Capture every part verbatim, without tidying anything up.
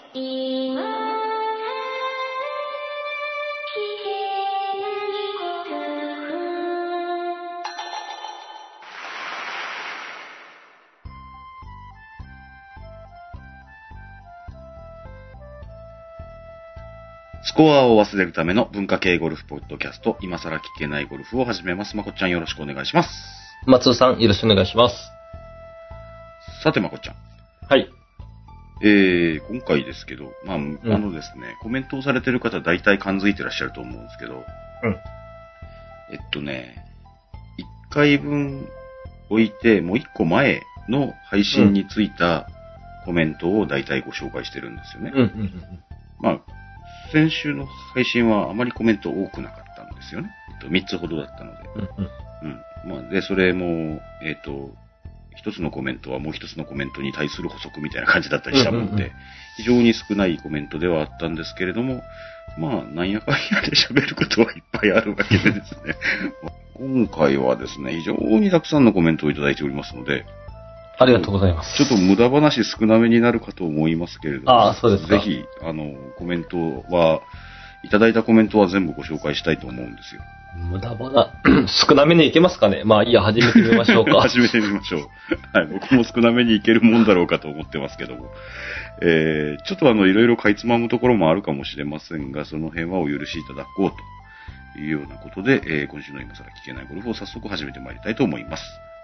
スコアを忘れるための文化系ゴルフポッドキャスト、今更聞けないゴルフを始めます。まこっちゃんよろしくお願いします。 松尾さんよろしくお願いします。 さてまこっちゃん。 はい。 えー、今回ですけど、まあ、うん、あのですね、コメントをされてる方大体感づいてらっしゃると思うんですけど、 うん。 えっとね、いっかいぶん置いて、もういっこまえの配信についたコメントを大体ご紹介してるんですよね。 うんうんうんうん。 まあ、先週の配信はあまりコメント多くなかったんですよね。えっと、みっつほどだったので。 うんうん。 うん。まあ、で、それも、えっと、一つのコメントはもう一つのコメントに対する補足みたいな感じだったりしたもので、うんうんうん、非常に少ないコメントではあったんですけれども、まあ、なんやかんやで喋ることはいっぱいあるわけでですね。今回はですね、非常にたくさんのコメントをいただいておりますので、 ありがとうございます。 ちょっと無駄話少なめになるかと思いますけれども、 ああ、そうですか。 ぜひ、あの、コメントは、いただいたコメントは全部ご紹介したいと思うんですよ。 無駄話、少なめにいけますかね。まあいいや、始めてみましょうか。 始めてみましょう。はい、僕も少なめにいけるもんだろうかと思ってますけども。えー、ちょっとあの、いろいろかいつまむところもあるかもしれませんが、その辺はお許しいただこうというようなことで、えー、今週の今更聞けないゴルフを早速始めてまいりたいと思います。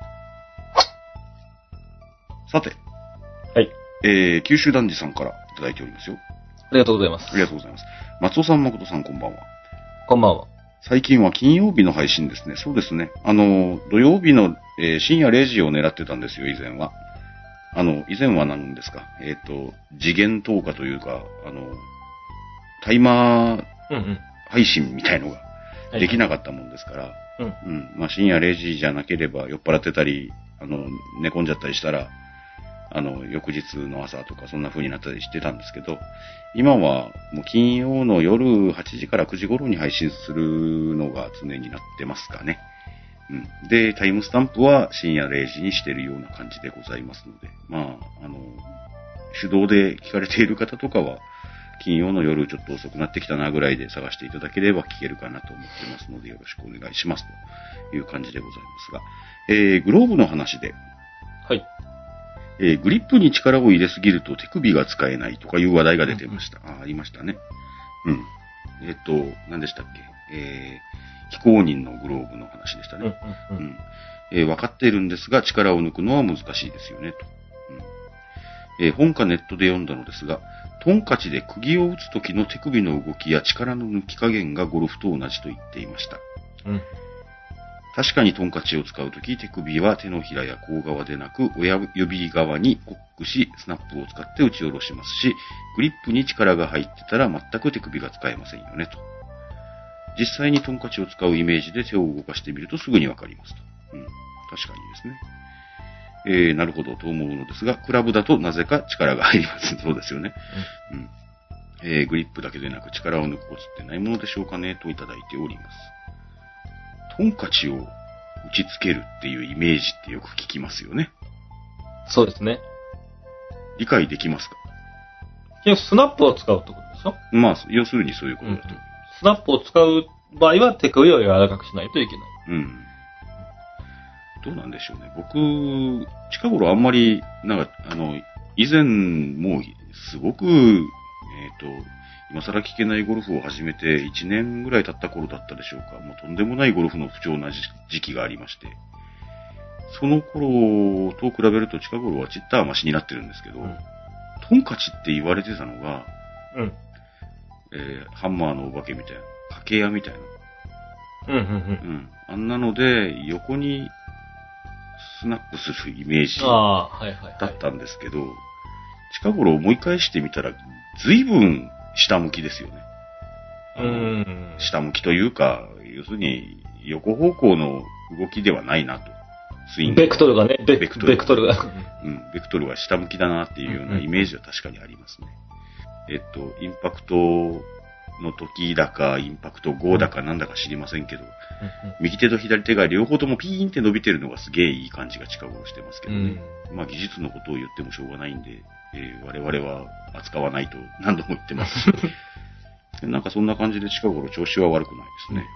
さて。 はい。 えー、九州男児さんからいただいておりますよ。 ありがとうございます。 ありがとうございます。松尾さん、誠さん、こんばんは。 こんばんは。 最近は金曜日の配信ですね。そうですね。あの、土曜日の、えー、深夜れいじを狙ってたんですよ、以前は。あの、以前は何ですか。えっと、次元投下というか、あの、タイマー配信みたいのができなかったもんですから、 うんうん、 うん。まあ、深夜れいじじゃなければ酔っ払ってたり、あの、寝込んじゃったりしたら、あの、翌日の朝とかそんな風になったりしてたんですけど、今はもう金曜の夜はちじからくじ頃に配信するのが常になってますかね。うん。で、タイムスタンプは深夜れいじにしてるような感じでございますので、まあ、あの、手動で聞かれている方とかは、金曜の夜ちょっと遅くなってきたなぐらいで探していただければ聞けるかなと思ってますので、よろしくお願いしますという感じでございますが、えー、グローブの話で、 はい。 えー、グリップに力を入れすぎると手首が使えないとかいう話題が出てました。うんうん、あ、ありましたね。うん。えっ、ー、と、何でしたっけ、えー、非公認のグローブの話でしたね。 うんうんうんうんえー、分かっているんですが、力を抜くのは難しいですよね、と。うんえー、本かネットで読んだのですが、トンカチで釘を打つ時の手首の動きや力の抜き加減がゴルフと同じと言っていました。 うん確かにトンカチを使うとき、手首は手のひらや甲側でなく、親指側にコックし、スナップを使って打ち下ろしますし、グリップに力が入ってたら全く手首が使えませんよね、と。実際にトンカチを使うイメージで手を動かしてみるとすぐにわかりますと。うん。確かにですね。えー、なるほどと思うのですが、クラブだとなぜか力が入ります。そうですよね。うん。うんえー、グリップだけでなく力を抜くコツってないものでしょうかね、といただいております。トンカチを打ちつけるっていうイメージってよく聞きますよね。 そうですね。 理解できますか？ いや、スナップを使うってことでしょ？ まあ、要するにそういうことだと、うん。 スナップを使う場合は手首を柔らかくしないといけない。 うん。どうなんでしょうね。僕、近頃あんまり、なんか、あの、以前もうすごく、えっと、今更聞けないゴルフを始めていちねんぐらい経った頃だったでしょうか。もうとんでもないゴルフの不調な時期がありまして。その頃と比べると近頃はちったーマシになってるんですけど、うん、トンカチって言われてたのが、 うんえー、ハンマーのお化けみたいな、掛け屋みたいな。 うんうんうん。 うん。あんなので、横にスナップするイメージだったんですけど、近頃思い返してみたら、随分下向きですよね。 うん。 下向きというか、要するに横方向の動きではないなと。スイング。 ベクトルがね、ベ, ベクトル。ベクトルが。 うん、ベクトルは下向きだなっていうようなイメージは確かにありますね。うんうん、えっと、インパクトの時だか、インパクト後だかなんだか知りませんけど、うんうん、右手と左手が両方ともピーンって伸びてるのがすげえいい感じが近頃してますけどね。うん、まあ技術のことを言ってもしょうがないんで、えー、我々は扱わないと何度も言ってますし。なんかそんな感じで近頃調子は悪くないですね。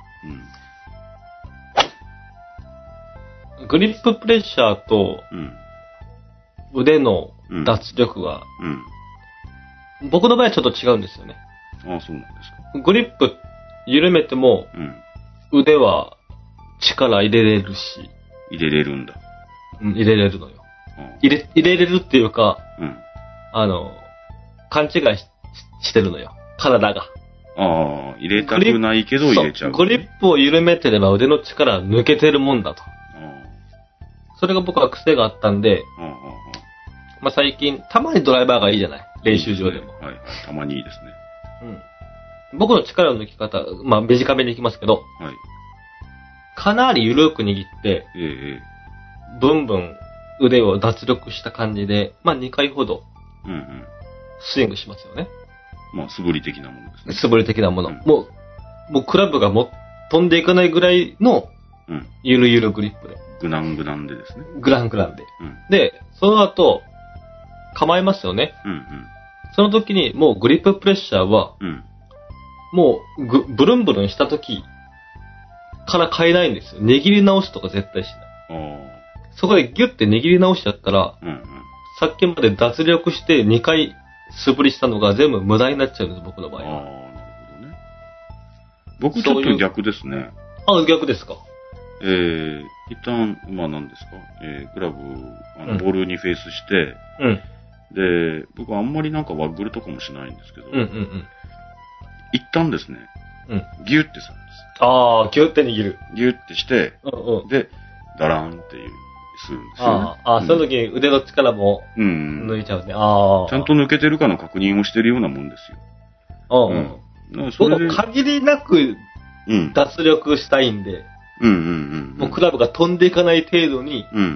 うん、グリッププレッシャーと腕の脱力が、うんうん、僕の場合はちょっと違うんですよね。 ああ、そうなんですか。 グリップ緩めても、うん、腕は力入れれるし。 入れれるんだ。 うん、入れれるのよ。入れ、入れれるっていうか、うん、あの、勘違い し, してるのよ。体が。 ああ、入れたくないけど入れちゃう。 グリップを緩めてれば腕の力は抜けてるもんだと。それが僕は癖があったんで、まあ最近、たまにドライバーがいいじゃない。練習場でも。 はいはい、たまにいいですね。 うん。僕の力の抜き方、まあ短めにいきますけど、はい、かなり緩く握って、ええ、ブンブン腕を脱力した感じで、まあにかいほど、スイングしますよね。 まあ、素振り的なものですね。 素振り的なもの。うん、もう、もうクラブがも飛んでいかないぐらいの、ゆるゆるグリップで。 グラングランでですね。 グラングランで。うん、で、その後、構えますよね。うんうん、その時に、もうグリッププレッシャーは、うん、もうぐ、ブルンブルンした時から変えないんですよ。握り直すとか絶対しない。そこでギュッて握り直しちゃったら、うんうん、さっきまで脱力してにかい、素振りしたのが全部無駄になっちゃうんです、僕の場合は。ああ、なるほどね。 僕ちょっと逆ですね。 あ、逆ですか。 えー、一旦、まあ何ですか、えー、グラブ、あの、ボールにフェイスして、うん、で、僕はあんまりなんかワッグルとかもしないんですけど、うんうんうん、一旦ですね、うん、ギュッてするんです。 ああ、ギュッて握る。 ギュッてして、うんうん、で、ダランっていう。するんですよね。 ああ、うん、その時腕の力も抜いちゃうね。うん、ああ。ちゃんと抜けてるかの確認をしてるようなもんですよ。 ああ。うん。それで限りなく脱力したいんで、うんうんうんうん、もうクラブが飛んでいかない程度に、うんうんうん、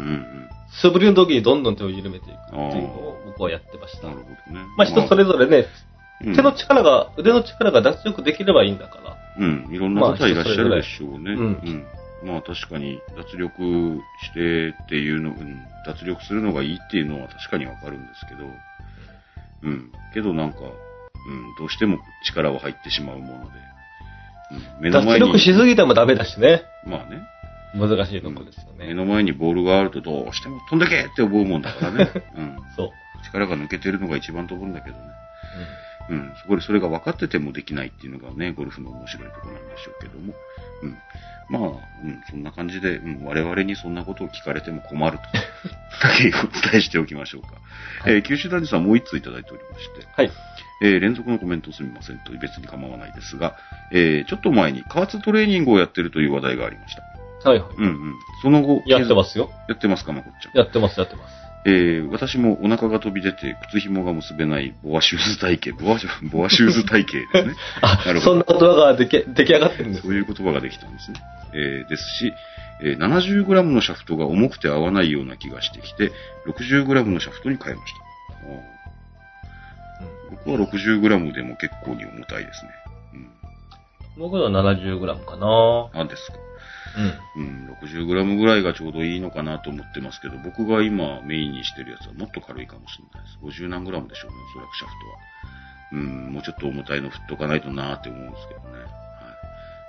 素振りの時にどんどん手を緩めていくっていうのを僕はやってました。なるほどね。まあ人それぞれね、まあ、手の力が、腕の力が脱力できればいいんだから。 うん、いろんな方いらっしゃるでしょうね。まあ、うんうんまあ確かに脱力してっていうの、うん、脱力するのがいいっていうのは確かにわかるんですけど、うん。けどなんか、うん、どうしても力は入ってしまうもので、 うん、目の前に。脱力しすぎてもダメだしね。 まあね。 難しいところですよね、 うん。目の前にボールがあるとどうしても飛んでけって思うもんだからね。うん。そう。力が抜けてるのが一番飛ぶんだけどね。うん。うん。そこでそれが分かっててもできないっていうのがね、ゴルフの面白いところなんでしょうけども。うん。まあ、うん、そんな感じで、うん、我々にそんなことを聞かれても困ると、だけお伝えしておきましょうか。はい、えー、九州男児さんもう一通いただいておりまして、はい。えー、連続のコメントすみませんと、別に構わないですが、えー、ちょっと前に加圧トレーニングをやってるという話題がありました。はいはい。うんうん。その後、 やってますよ。 やってますか、まこっちゃん。 やってます、やってます。 えー、私もお腹が飛び出て、靴紐が結べないボアシューズ体型、ボア、ボアシューズ体型ですね。 あ、なるほど。そんな言葉ができ、出来上がってるんです。 そういう言葉ができたんですね。えー、ですし、えー、ななじゅうグラム のシャフトが重くて合わないような気がしてきて、ろくじゅうグラム のシャフトに変えました。うん、僕は ろくじゅうグラム でも結構に重たいですね。うん、 僕は ななじゅうグラム かな。 あ、ですか。うん。うん、ろくじゅうグラム ぐらいがちょうどいいのかなと思ってますけど、僕が今メインにしてるやつはもっと軽いかもしれないです。ごじゅう何グラムでしょうね、おそらくシャフトは。うん、もうちょっと重たいの振っとかないとなーって思うんですけどね。はい。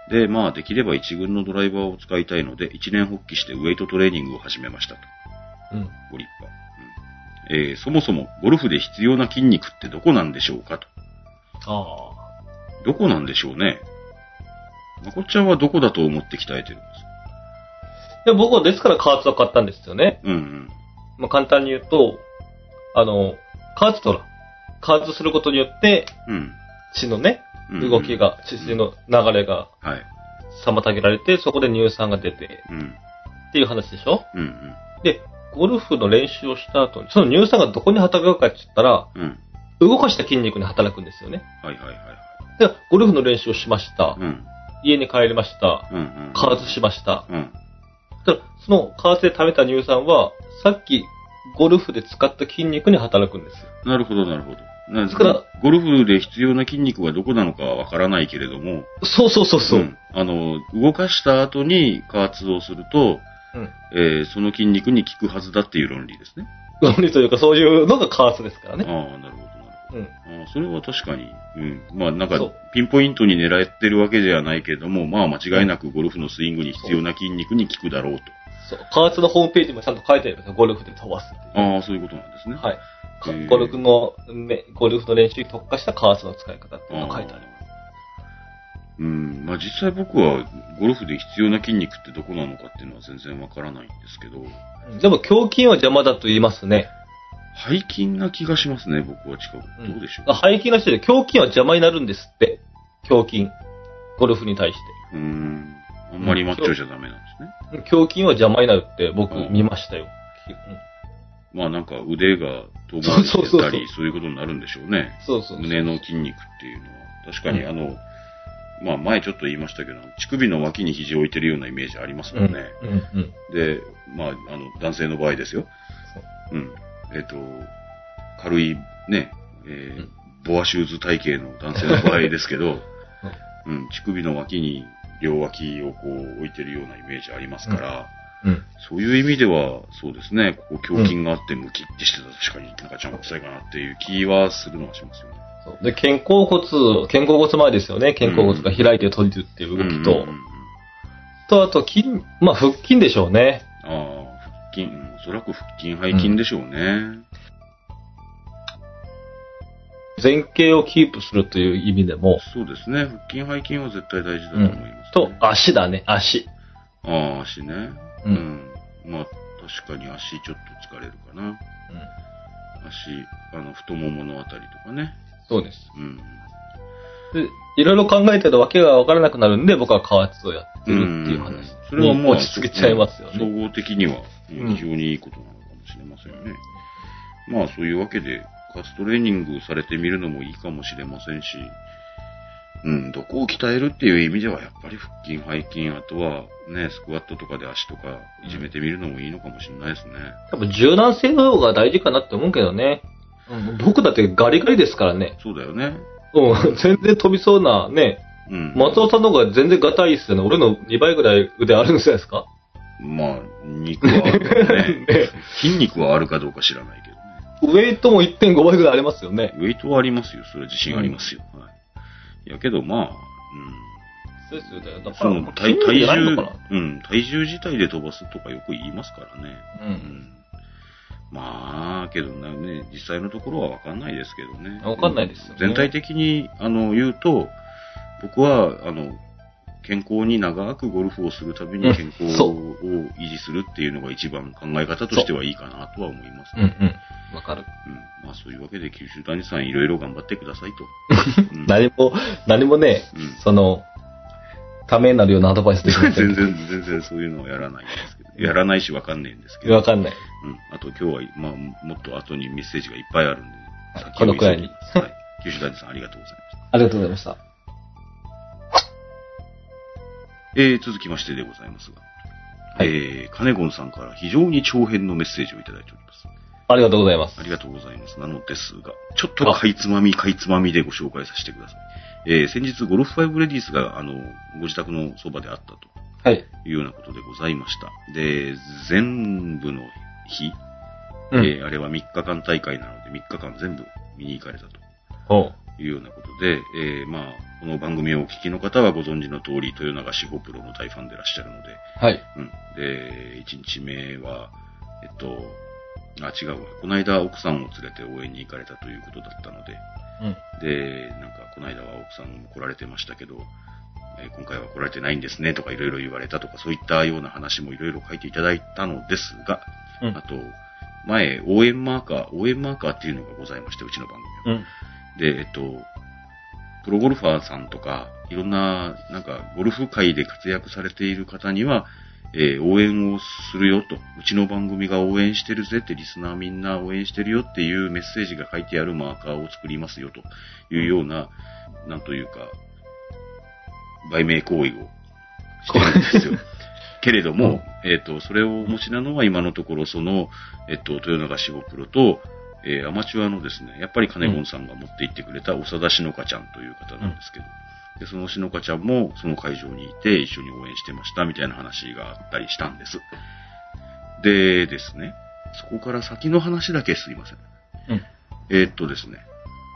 で、まあ、できれば一軍のドライバーを使いたいので、一年発起してウェイトトレーニングを始めましたと。うん。ご立派。うん。えー、そもそもゴルフで必要な筋肉ってどこなんでしょうかと。ああ。どこなんでしょうね。まこっちゃんはどこだと思って鍛えてるんですか？ いや、僕はですから加圧を買ったんですよね。うんうん。まあ、簡単に言うと、あの、加圧とら、加圧することによって、うん、血のね、動きが、血の流れが、はい。妨げられて、そこで乳酸が出て、うん。っていう話でしょ？うんうん。で、ゴルフの練習をした後に、その乳酸がどこに働くかって言ったら、うん。動かした筋肉に働くんですよね。はいはいはい。で、ゴルフの練習をしました。うん。家に帰りました。うんうん。加圧しました。うん。その加圧で溜めた乳酸は、さっきゴルフで使った筋肉に働くんですよ。 なるほどなるほど。なんですか、ゴルフで必要な筋肉がどこなのかはわからないけれども。 そうそうそうそう、うん。 あの、動かした後に加圧をすると、うんえー、その筋肉に効くはずだっていう論理ですね。 論理というかそういうのが加圧ですからね。 ああ、なるほどなるほうん。 あそれは確かに、うん。まあなんか、ピンポイントに狙ってるわけではないけども、まあ間違いなくゴルフのスイングに必要な筋肉に効くだろうと。 そう。加圧のホームページもちゃんと書いてあるんですよ。ゴルフで飛ばすっていう。 ああ、そういうことなんですね。 はい。ゴルフの、ゴルフの練習に特化した加圧の使い方っていうのが書いてあります。 うん。まあ実際僕はゴルフで必要な筋肉ってどこなのかっていうのは全然わからないんですけど。 でも胸筋は邪魔だと言いますね。 背筋な気がしますね、僕は近く。うん、どうでしょう、 背筋の人で胸筋は邪魔になるんですって。胸筋。ゴルフに対して。 うーん。あんまりマッチョじゃダメなんですね。 胸筋は邪魔になるって僕見ましたよ。 うん、まあなんか腕が遠回りしてたり、そういうことになるんでしょうね。 そうそうそう。 胸の筋肉っていうのは。確かにあの、うん、まあ前ちょっと言いましたけど、乳首の脇に肘を置いてるようなイメージありますもんね。 うんうんうん、 で、まああの、男性の場合ですよ。うん。えっ、ー、と、軽いね、えーうん、ボアシューズ体型の男性の場合ですけど、うん、乳首の脇に両脇をこう置いてるようなイメージありますから、 うんうん、 そういう意味では、そうですね、ここ胸筋があってムキってしてたら確かになんかちゃんと臭いかなっていう気はするのはしますよね。 そうで、肩甲骨、肩甲骨前ですよね。肩甲骨が開いて閉じるっていう動きと、うんうんうんうん、と、あと筋、まあ腹筋でしょうね。 ああ、腹筋、おそらく腹筋、背筋でしょうね。うん前傾をキープするという意味でも。 そうですね。腹筋、背筋は絶対大事だと思います、ねうん。と、足だね、足。 ああ、足ね。 うん。 うん、まあ、確かに足ちょっと疲れるかな。うん。足、あの、太もものあたりとかね。 そうです。 うん。 で、いろいろ考えてるわけがわからなくなるんで、僕は加圧をやってるっていう話。うん、 それはもう落ち着けちゃいますよね。 総合的には非常にいいことなのかもしれませんね。うん、まあ、そういうわけで、加圧トレーニングされてみるのもいいかもしれませんし、うん、どこを鍛えるっていう意味ではやっぱり腹筋、背筋、あとはね、スクワットとかで足とかいじめてみるのもいいのかもしれないですね。 多分柔軟性の方が大事かなって思うけどね。うん、僕だってガリガリですからね。 そうだよね。 うん、全然飛びそうなね。うん、松尾さんの方が全然ガタいっすよね。俺のにばいぐらい腕あるんじゃないですか？ まあ、肉はあるからね。ね筋肉はあるかどうか知らないけど。 ウェイトも いってんご 倍ぐらいありますよね。 ウェイトはありますよ。それは自信ありますよ。うん、はい。やけど、まあ、うん。 そうですよね。だから、体、体重、うん、体重自体で飛ばすとかよく言いますからね。 うん。うん、 まあ、けどね、実際のところはわかんないですけどね。 わかんないですよね。 全体的に、あの、言うと、僕は、あの、健康に長くゴルフをするたびに健康を維持するっていうのが一番考え方としてはいいかなとは思いますね。うんうん。わかる。 うん。まあそういうわけで九州谷さんいろいろ頑張ってくださいと。 うん、何も、何もね、うん、その、ためになるようなアドバイスできません。 全然、全然そういうのはやらないんですけど。やらないしわかんないんですけど。 わかんない。 うん。あと今日は、まあもっと後にメッセージがいっぱいあるんで。 このくらいに。 はい。九州谷さんありがとうございました。 ありがとうございました。 えー、続きましてでございますが、はい、えー、カネゴンさんから非常に長編のメッセージをいただいております。 ありがとうございます。 ありがとうございます。なのですが、ちょっとかいつまみかいつまみでご紹介させてください。えー、先日ゴルフファイブレディースが、あの、ご自宅のそばであったと。 はい。 いうようなことでございました。で、全部の日、 うん、 えー、あれはみっかかん大会なのでみっかかん全部見に行かれたと。 おいうようなことで、えー、まあ、この番組をお聞きの方はご存知の通り、豊永志保プロの大ファンでいらっしゃるので、 はい。 うん。で、いちにちめは、えっと、あ、違うわ。この間奥さんを連れて応援に行かれたということだったので、 うん。 で、なんか、この間は奥さんも来られてましたけど、えー、今回は来られてないんですねとかいろいろ言われたとか、そういったような話もいろいろ書いていただいたのですが、 うん、 あと、前、応援マーカー、応援マーカーっていうのがございまして、うちの番組は。 うんで、えっと、プロゴルファーさんとか、いろんな、なんか、ゴルフ界で活躍されている方には、えー、応援をするよと、うちの番組が応援してるぜって、リスナーみんな応援してるよっていうメッセージが書いてあるマーカーを作りますよというような、なんというか、売名行為をしてるんですよ。けれども、うん、えっと、それをお持ちなのは今のところ、その、えっと、豊永志保プロと、えー、アマチュアのですね、やっぱりカネゴンさんが持って行ってくれた長田しのかちゃんという方なんですけど、うん、でそのしのかちゃんもその会場にいて一緒に応援してましたみたいな話があったりしたんです。でですね、そこから先の話だけすいません。 うん、 えー、っとですね、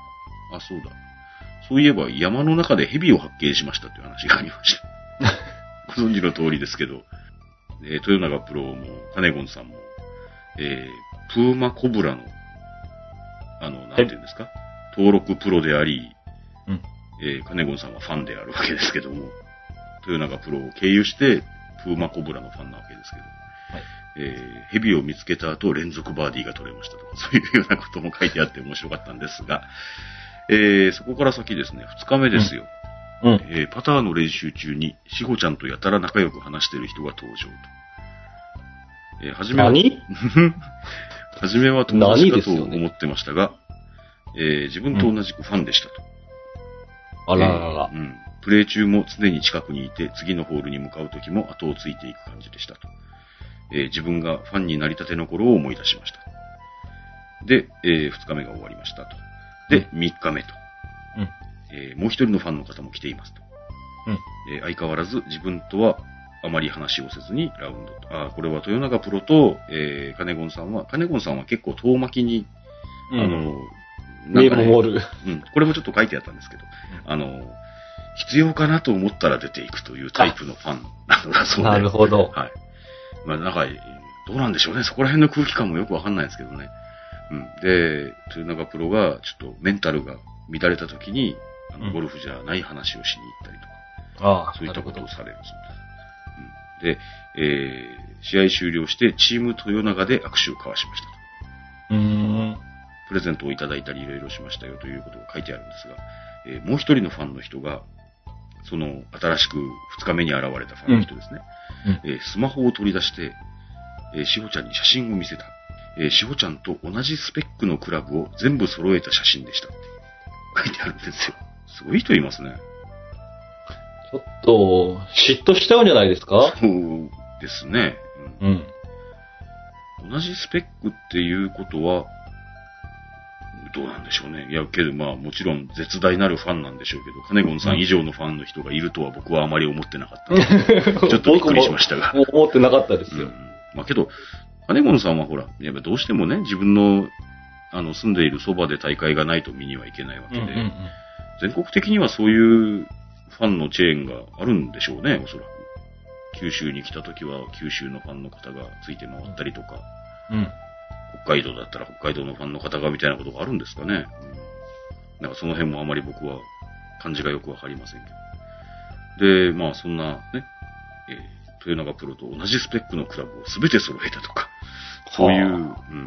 あ、そうだ。そういえば山の中で蛇を発見しましたという話がありました。ご存知の通りですけど、えー、豊永プロも、カネゴンさんも、えー、プーマコブラの、あの、なんていうんですか、登録プロであり、うん、えー、カネゴンさんはファンであるわけですけども、豊永プロを経由して、プーマコブラのファンなわけですけど、はい、えー、蛇を見つけた後連続バーディーが取れましたとか、そういうようなことも書いてあって面白かったんですが、えー、そこから先ですね、二日目ですよ。うんうん、えー、パターの練習中に、しほちゃんとやたら仲良く話している人が登場と。えー、はじめは、 何はじめは友達かと思ってましたが、ねえー、自分と同じくファンでしたと。 うん、あららら、 えーうん。プレー中も常に近くにいて、次のホールに向かう時も後をついていく感じでしたと。えー、自分がファンになりたての頃を思い出しました。で、えー、二日目が終わりましたと。で、うん、三日目と。うんえー、もう一人のファンの方も来ていますと。うんえー、相変わらず自分とはあまり話をせずにラウンドと。あ、これは豊永プロと、えー、カネゴンさんは、カネゴンさんは結構遠巻きに、うん、あの、 なんかね、モール。 うん、これもちょっと書いてあったんですけど、うん、あの、必要かなと思ったら出ていくというタイプのファンなのだそうで。 なるほど。 はい。まあ、なんか、どうなんでしょうね。そこら辺の空気感もよくわかんないですけどね。うん。で、豊永プロがちょっとメンタルが乱れた時に、あの、ゴルフじゃない話をしに行ったりとか、ああ、そういったことをされるそうです。うん、で、えー、試合終了してチーム豊永で握手を交わしましたと。 うーん。 プレゼントをいただいたりいろいろしましたよということが書いてあるんですが、えー、もう一人のファンの人が、その新しく二日目に現れたファンの人ですね。うんうん、えー、スマホを取り出して、えー、しほちゃんに写真を見せた。えー、しほちゃんと同じスペックのクラブを全部揃えた写真でしたって書いてあるんですよ。すごい人いますね。 ちょっと、嫉妬しちゃうんじゃないですか？ そうですね。うん。うん、同じスペックっていうことは、どうなんでしょうね。いや、けどまあもちろん絶大なるファンなんでしょうけど、カネゴンさん以上のファンの人がいるとは僕はあまり思ってなかったので、ちょっとびっくりしましたが。 僕も思ってなかったですよ。うん、 まあけど、カネゴンさんはほら、やっぱどうしてもね、自分の、あの、住んでいるそばで大会がないと見にはいけないわけで、うんうんうん、全国的にはそういうファンのチェーンがあるんでしょうね、おそらく。九州に来た時は九州のファンの方がついて回ったりとか、うん、北海道だったら北海道のファンの方がみたいなことがあるんですかね。うん、なんかその辺もあまり僕は感じがよくわかりませんけど。で、まあそんなね、えー、豊永プロと同じスペックのクラブを全て揃えたとか、そういう、うん、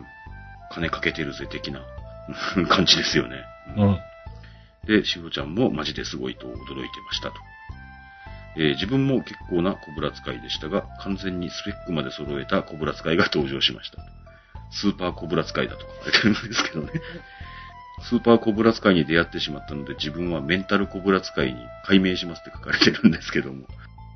金かけてるぜ的な感じですよね。うん、で、しほちゃんもマジですごいと驚いてましたと。えー、自分も結構なコブラ使いでしたが、完全にスペックまで揃えたコブラ使いが登場しましたと。スーパーコブラ使いだと書かれてるんですけどね。スーパーコブラ使いに出会ってしまったので、自分はメンタルコブラ使いに改名しますって書かれてるんですけども。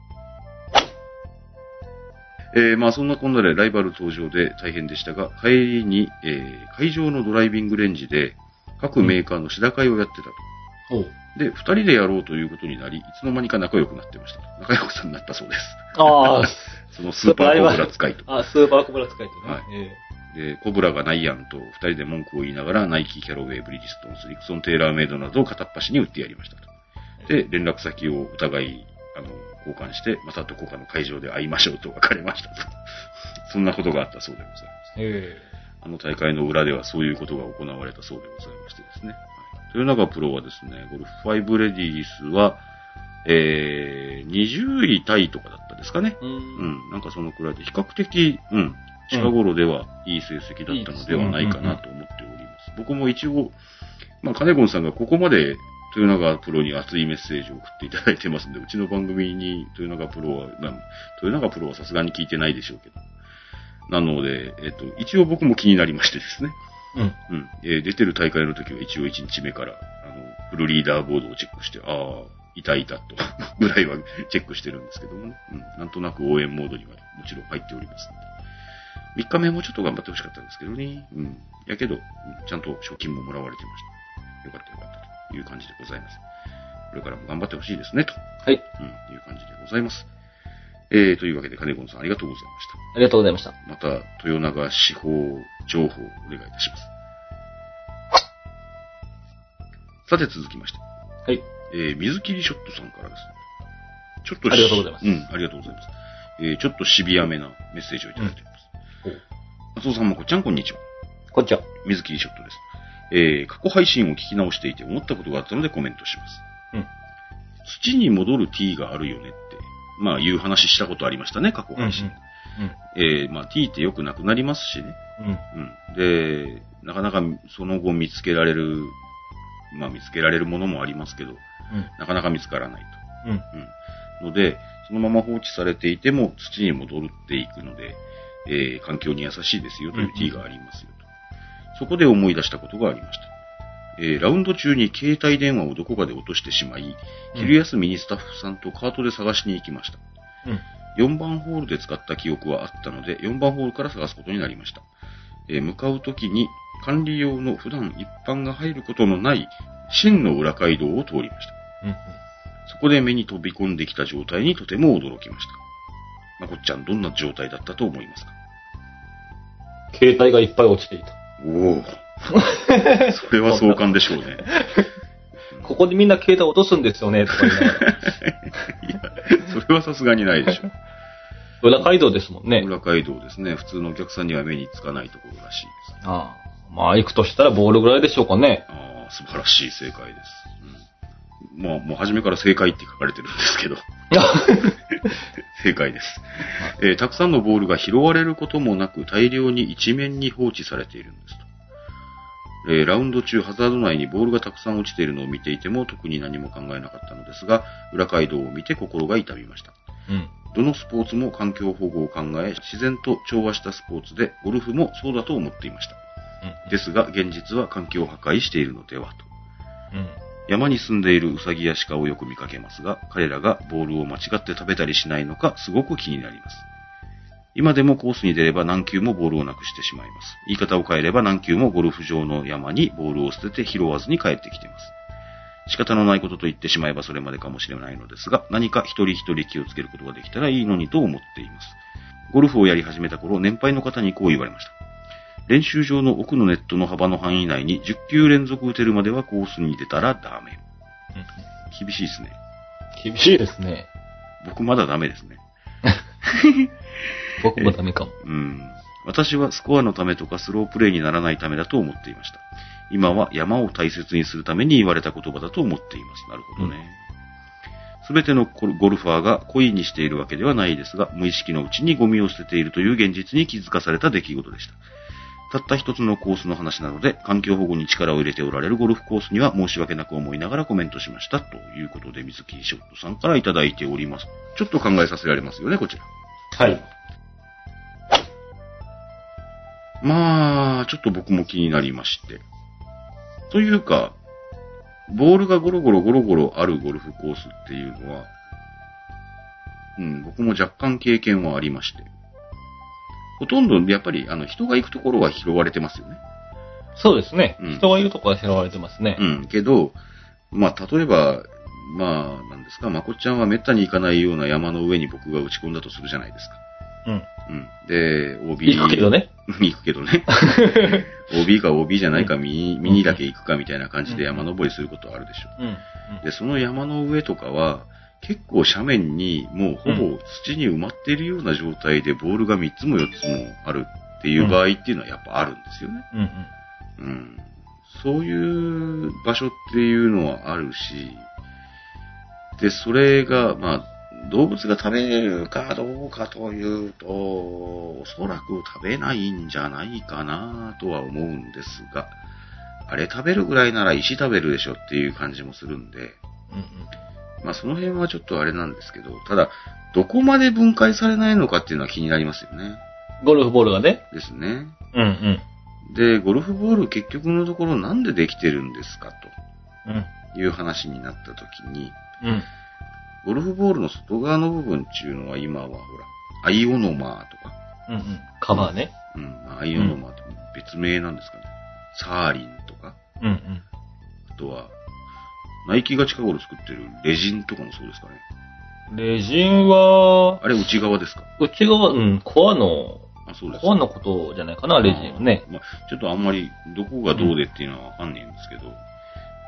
えー、まあそんなこんなでライバル登場で大変でしたが、帰りに、えー、会場のドライビングレンジで各メーカーの試打会をやってたと。うん、で、二人でやろうということになり、いつの間にか仲良くなってましたと。仲良くさんになったそうです。 ああ。 そのスーパーコブラ使いと。 あ、スーパーコブラ使いとね。 はい。えー、で、コブラがないやんと、二人で文句を言いながら、ナイキ、キャロウェイ、ブリヂストンス、リクソン、テーラーメイドなどを片っ端に売ってやりましたと。で、連絡先をお互い、あの、交換して、またどこかの会場で会いましょうと別れましたと。そんなことがあったそうでございます。えー、あの大会の裏ではそういうことが行われたそうでございましてですね。豊永プロはですね、ゴルフファイブレディースは、えー、にじゅういタイとかだったですかね。うん。うん。なんかそのくらいで、比較的、うん、近頃ではいい成績だったのではないかなと思っております。僕も一応、まあ、カネゴンさんがここまで豊永プロに熱いメッセージを送っていただいてますんで、うちの番組に豊永プロは、まあ、豊永プロはさすがに聞いてないでしょうけど。なので、えっと、一応僕も気になりましてですね。うん。うん。えー、出てる大会の時は一応いちにちめから、あの、フルリーダーボードをチェックして、ああ、いたいたと、ぐらいはチェックしてるんですけどもね。うん。なんとなく応援モードにはもちろん入っておりますので。みっかめもちょっと頑張ってほしかったんですけどね。うん。やけど、ちゃんと賞金ももらわれてました。よかったよかったという感じでございます。これからも頑張ってほしいですね、と。 はい。 うん、いう感じでございます。えー、というわけで、金子さんありがとうございました。 ありがとうございました。 また、豊永司法情報をお願いいたします。 さて続きまして。 はい。 えー、水切りショットさんからですね。ちょっとありがとうございます。 うん、ありがとうございます。えー、ちょっとシビアめなメッセージをいただいております。うん、松尾さんもこっちゃんこんにちは。 こんにちは。 水切りショットです。えー、過去配信を聞き直していて思ったことがあったのでコメントします。うん。土に戻る T があるよねって、まあいう話したことありましたね、過去配信。うんうん、えー、まあ T ってよくなくなりますしね。うん。うん。で、なかなかその後見つけられる、まあ見つけられるものもありますけど、うん、なかなか見つからないと。うん。うん。ので、そのまま放置されていても土に戻っていくので、えー、環境に優しいですよという T がありますよと。そこで思い出したことがありました。えー、ラウンド中に携帯電話をどこかで落としてしまい、昼休みにスタッフさんとカートで探しに行きました。うん、よんばんホールで使った記憶はあったので、よんばんホールから探すことになりました。えー、向かうときに管理用の普段一般が入ることのない真の裏街道を通りました。うんうん、そこで目に飛び込んできた状態にとても驚きました。まこっちゃん、どんな状態だったと思いますか？ 携帯がいっぱい落ちていた。 おお。それは壮観でしょうね。 ここでみんな携帯落とすんですよね、とか言いながら。いや、それはさすがにないでしょ。 裏街道ですもんね。 裏街道ですね。普通のお客さんには目につかないところらしいです。 ああ。まあ、行くとしたらボールぐらいでしょうかね。 ああ、素晴らしい正解です。うん、まあ、もう初めから正解って書かれてるんですけど。正解です、えー。たくさんのボールが拾われることもなく大量に一面に放置されているんですと。えー、ラウンド中ハザード内にボールがたくさん落ちているのを見ていても特に何も考えなかったのですが、裏街道を見て心が痛みました。うん、どのスポーツも環境保護を考え、自然と調和したスポーツで、ゴルフもそうだと思っていました。うん、ですが、現実は環境を破壊しているのではと。うん、山に住んでいるウサギや鹿をよく見かけますが、彼らがボールを間違って食べたりしないのかすごく気になります。今でもコースに出れば何球もボールをなくしてしまいます。言い方を変えれば何球もゴルフ場の山にボールを捨てて拾わずに帰ってきています。仕方のないことと言ってしまえばそれまでかもしれないのですが、何か一人一人気をつけることができたらいいのにと思っています。ゴルフをやり始めた頃、年配の方にこう言われました。練習場の奥のネットの幅の範囲内にじゅっ球連続打てるまではコースに出たらダメ。うん、厳しいですね。 厳しいですね。 僕まだダメですね。 僕もダメかも。 うん。私はスコアのためとかスロープレイにならないためだと思っていました。今は山を大切にするために言われた言葉だと思っています。なるほどね。すべ、うん、てのゴルファーが故意にしているわけではないですが、無意識のうちにゴミを捨てているという現実に気づかされた出来事でした。たった一つのコースの話なので、環境保護に力を入れておられるゴルフコースには申し訳なく思いながらコメントしました。ということで、水木ショットさんからいただいております。ちょっと考えさせられますよね、こちら。 はい。 まあ、ちょっと僕も気になりまして。というか、ボールがゴロゴロゴロゴロあるゴルフコースっていうのは、うん、僕も若干経験はありまして。ほとんどやっぱりあの人が行くところは拾われてますよね。 そうですね。うん、人がいるところは拾われてますね。 うん。けど、まあ例えば、まあなんですか、まこっちゃんはめったに行かないような山の上に僕が打ち込んだとするじゃないですか。うん。うん。で、オービー。 行くけどね。 行くけどね。オービー か オービー じゃないか、ミニ、ミニだけ行くかみたいな感じで山登りすることはあるでしょう。うん。うん、で、その山の上とかは、結構斜面にもうほぼ土に埋まっているような状態でボールがみっつもよっつもあるっていう場合っていうのはやっぱあるんですよね。うん。うんうん、そういう場所っていうのはあるし、で、それが、まあ、動物が食べるかどうかというと、おそらく食べないんじゃないかなとは思うんですが、あれ食べるぐらいなら石食べるでしょっていう感じもするんで、うんうん、まあその辺はちょっとあれなんですけど、ただ、どこまで分解されないのかっていうのは気になりますよね。 ゴルフボールがね。 ですね。 うんうん。 で、ゴルフボール結局のところなんでできてるんですかという話になったときに、うん、ゴルフボールの外側の部分っていうのは今はほら、アイオノマーとか。 うんうん。カバーね。 うん。アイオノマーって別名なんですかね。うん、サーリンとか。うんうん。あとは、ナイキが近頃作ってるレジンとかもそうですかね。 レジンは、 あれ内側ですか？ 内側、うん、コアの、 あ、そうです。 コアのことじゃないかな、レジンはね。 まあ、ちょっとあんまりどこがどうでっていうのはわかんないんですけど、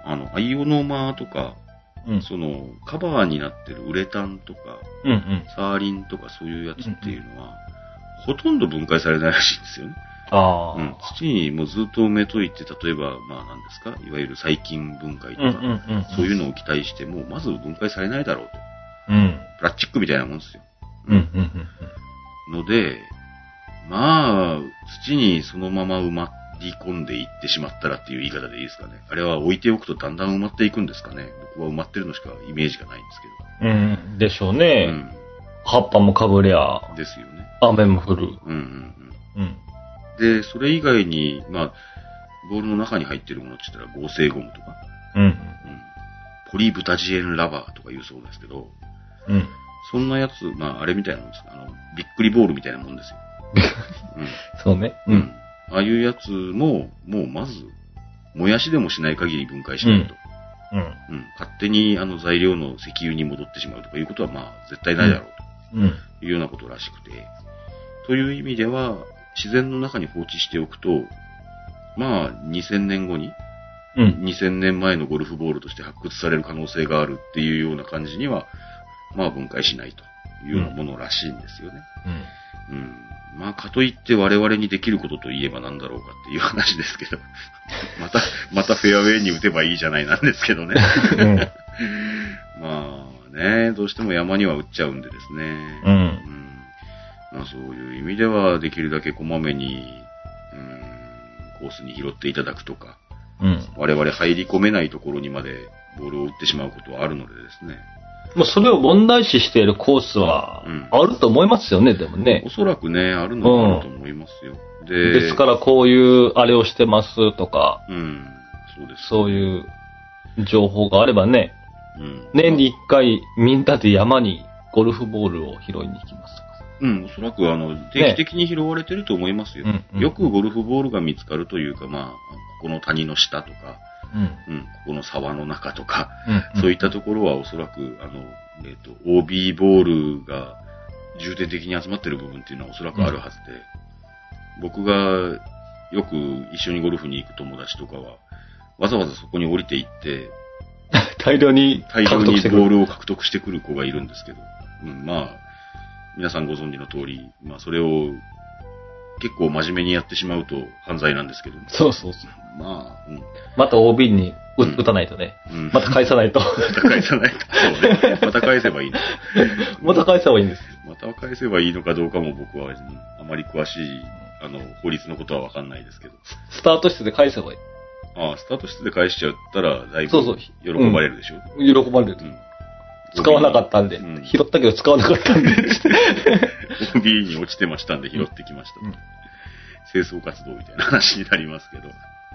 あの、アイオノマとか、うん、その、カバーになってるウレタンとか、 うんうん、 サーリンとかそういうやつっていうのは、うんうん、ほとんど分解されないらしいんですよね。 あうん、土にもうずっと埋めといて、例えば、まあ何ですか、いわゆる細菌分解とか、うんうんうんうん、そういうのを期待しても、まず分解されないだろうと。 うん、 プラスチックみたいなもんですよ。 うんうんうんうん、 ので、まあ、土にそのまま埋まり込んでいってしまったらっていう言い方でいいですかね。あれは置いておくとだんだん埋まっていくんですかね。僕は埋まってるのしかイメージがないんですけど。うん、でしょうね。うん、葉っぱもかぶりゃ。 ですよね。 雨も降る。 うんうんうん。うんで、それ以外に、まあ、ボールの中に入ってるものって言ったら合成ゴムとか、 うん、うん、 ポリブタジエンラバーとか言うそうですけど、 うん、 そんなやつ、まあ、あれみたいなもんです。あの、びっくりボールみたいなもんですよ。 うん、そうね、 うん。ああいうやつも、もうまず、燃やしでもしない限り分解しないと。 うん。うん。 うん、勝手にあの材料の石油に戻ってしまうとかいうことは、まあ、絶対ないだろうと。 うん。 いうようなことらしくて。という意味では、自然の中に放置しておくと、まあ、にせんねんごに、 うん、 にせんねんまえのゴルフボールとして発掘される可能性があるっていうような感じには、まあ分解しないというようなものらしいんですよね。 うん。 うん。まあ、かといって我々にできることといえば何だろうかっていう話ですけど、また、またフェアウェイに打てばいいじゃないなんですけどね。うん、まあね、どうしても山には打っちゃうんでですね。 うん。うんまあ、そういう意味では、できるだけこまめに、うん、コースに拾っていただくとか、 うん、 我々入り込めないところにまでボールを打ってしまうことはあるのでですね。 まあ、それを問題視しているコースは、あると思いますよね、うん、でもね。 おそらくね、あるのかなと思いますよ。 うん、で、ですからこういうあれをしてますとか、 うん、そうです、ね。 そういう情報があればね、 うん、 年に一回みんなで山にゴルフボールを拾いに行きます。 うん、おそらくあの、定期的に拾われてると思いますよ。ねうんうん、よくゴルフボールが見つかるというか、まあ、ここの谷の下とか、 うん、 うん、ここの沢の中とか、 うんうん、 そういったところはおそらく、あの、えっと、オービー ボールが重点的に集まってる部分っていうのはおそらくあるはずで、うん、僕がよく一緒にゴルフに行く友達とかは、わざわざそこに降りていって、 大量に大量にボールを獲得してくる子がいるんですけど、うん、まあ、皆さんご存知の通り、まあそれを結構真面目にやってしまうと犯罪なんですけど、ね。 そうそうそう。 まあ、うん、 また オービー に打、うん、打たないとね、うん。また返さないと。 また返さないと。そうね。また返せばいいの。 また返せばいいんです。 また返せばいいのかどうかも僕はあまり詳しい、あの、法律のことはわかんないですけど。 スタート室で返せばいい。 ああ、スタート室で返しちゃったら、だいぶそうそう喜ばれるでしょ。 うん、喜ばれる。うん使わなかったんで、うん、拾ったけど使わなかったんで。 オービー に落ちてましたんで拾ってきました、うん。清掃活動みたいな話になりますけど。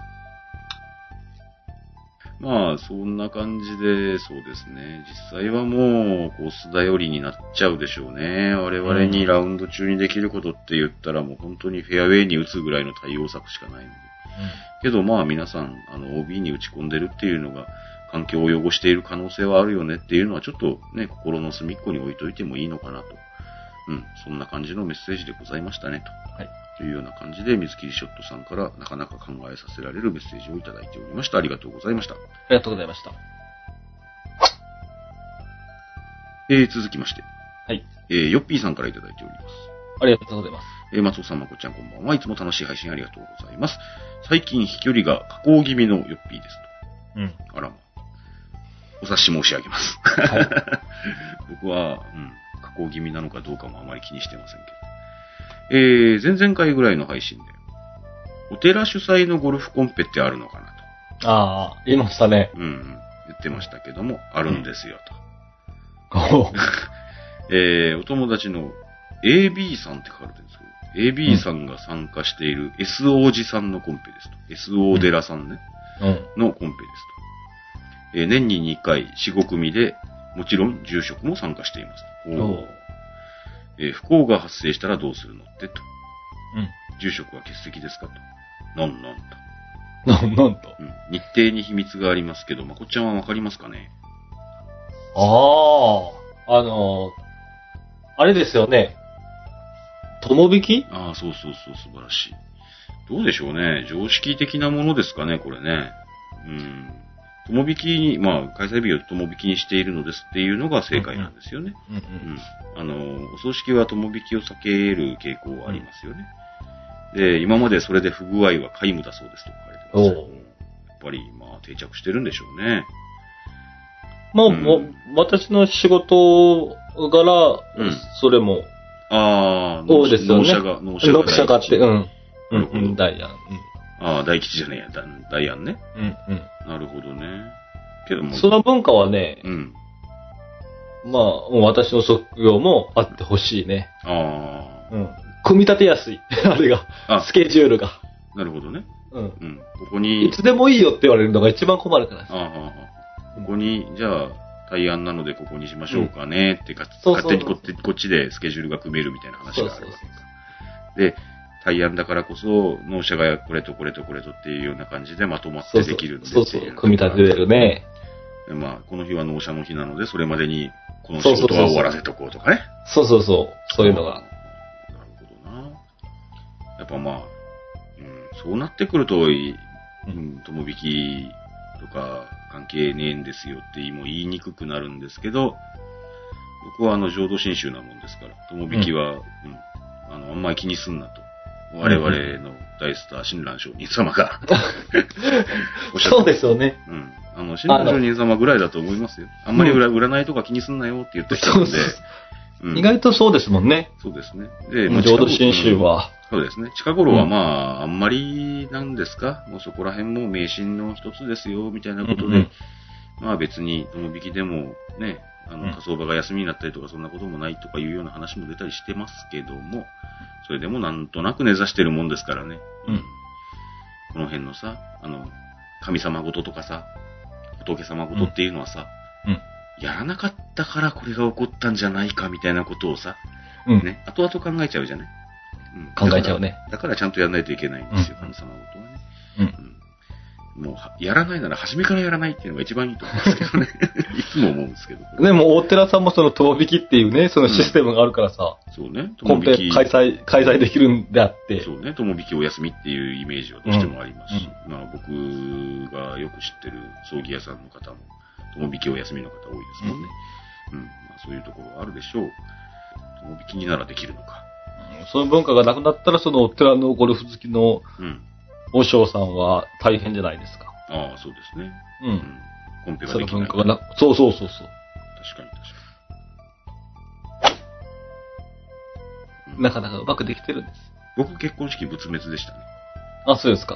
まあ、そんな感じで、そうですね。実際はもう、コース頼りになっちゃうでしょうね。我々にラウンド中にできることって言ったらもう本当にフェアウェイに打つぐらいの対応策しかないので。うん、けどまあ皆さん、あの、オービー に打ち込んでるっていうのが、環境を汚している可能性はあるよねっていうのはちょっとね、心の隅っこに置いといてもいいのかなと。うん、そんな感じのメッセージでございましたねと。 はい。 というような感じで、水切りショットさんからなかなか考えさせられるメッセージをいただいておりました。ありがとうございました。ありがとうございました。 えー、続きまして。 はい。 えー、ヨッピーさんからいただいております。 ありがとうございます。 えー、松尾さん、まこちゃんこんばんは。いつも楽しい配信ありがとうございます。最近飛距離が下降気味のヨッピーですと。うん。 あらま。お察し申し上げます。 はい、 僕は、うん、下降気味なのかどうかもあまり気にしてませんけど。えー、前々回ぐらいの配信で、お寺主催のゴルフコンペってあるのかなと。ああ、言いましたね。 うん、うん、言ってましたけども、あるんですよ、 と。 うん、えー、お友達の エービー さんって書かれてるんですけど、エービー さんが参加している エスオー 寺さんのコンペですと。エスオー 寺さんね、 うん、 のコンペですと。えー、年ににかい、よん、ご組で、もちろん住職も参加しています。 おえー、不幸が発生したらどうするのってと。 うん。 住職は欠席ですかと。なんなんと。 なんなんと。 うん。日程に秘密がありますけど、まこっちゃんはわかりますかね？ ああ、あのー、あれですよね。友引き？ ああ、そうそうそう、素晴らしい。どうでしょうね。常識的なものですかね、これね。うん。 友引きに、まあ、開催日を友引きにしているのですっていうのが正解なんですよね。うんうんうん、あの、お葬式は友引きを避ける傾向はありますよね。うん、で、今までそれで不具合は皆無だそうですと書かれてます。やっぱり、まあ、定着してるんでしょうね。 まあ、うん、私の仕事柄、うん、それも、 ああ、 そうですよね。 納車が、納車が。 納車があって、うん。うん、うん、ダイアン。 うん、ああ、大吉じゃねえや、ダイアンね。 うんうん。 なるほどね。けども。 その文化はね、 うん。 まあ、私の職業もあってほしいね。 ああ。うん。組み立てやすい。あれが。スケジュールが。 なるほどね。 うん。 うん。ここに。 いつでもいいよって言われるのが一番困るから。 ああ。ここに、じゃあ、対案なのでここにしましょうかねってか、うん、勝手にこっちこっちでスケジュールが組めるみたいな話があるわけです。で、対案だからこそ、納車がこれとこれとこれとっていうような感じでまとまってできるんでそうそう、そうそう組み立てれるね。 まあ、この日は納車の日なので、それまでにこの仕事は終わらせとこうとかね。 そうそうそう、そういうのが。 なるほどな。やっぱまあ、うん、そうなってくると、うん、友引きとか関係ねえんですよっても言いにくくなるんですけど、僕はあの浄土真宗なもんですから、友引きは、うん、うん、あの、あんまり気にすんなと。我々の大スター、親鸞上人様がそうですよね。 うん。あの、親鸞上人様ぐらいだと思いますよ。あんまり占、うん、占いとか気にすんなよって言った人なんで。 うん、意外とそうですもんね。 そうですね。で、 浄土真宗は、 うん。そうですね。近頃はまあ、あんまりなんですか、もうそこら辺も迷信の一つですよ、みたいなことで、うんうん、まあ別に、友引きでもね、あの、火葬場が休みになったりとかそんなこともないとかいうような話も出たりしてますけども、それでもなんとなく根ざしてるもんですからね。 うん。 この辺のさ、あの、神様ごととかさ、仏様ごとっていうのはさ、 うん。 やらなかったからこれが起こったんじゃないかみたいなことをさ、 うん。 ね、後々考えちゃうじゃない。 うん。考えちゃうね。 だからちゃんとやらないといけないんですよ、うん、神様ごとはね。 うん。うんもう、やらないなら初めからやらないっていうのが一番いいと思うんですけどね。いつも思うんですけど。 でも、大寺さんもその遠引きっていうね、そのシステムがあるからさ。 うん、そうね。 コンペ開催、開催できるんであって。 そうね。友引きお休みっていうイメージはどうしてもありますし。うん、まあ、僕がよく知ってる葬儀屋さんの方も、友引きお休みの方多いですもんね。うん。うん、まあ、そういうところはあるでしょう。友引きにならできるのか。 うん、その文化がなくなったら、そのお寺のゴルフ好きの、 うん。 和尚さんは大変じゃないですか。 ああ、そうですね。 うん。うん、 コンペができない。 その文化がな、そうそうそうそう。 確かに確かに。うん、なかなかうまくできてるんです。 僕結婚式仏滅でしたね。 あ、そうですか。 はい。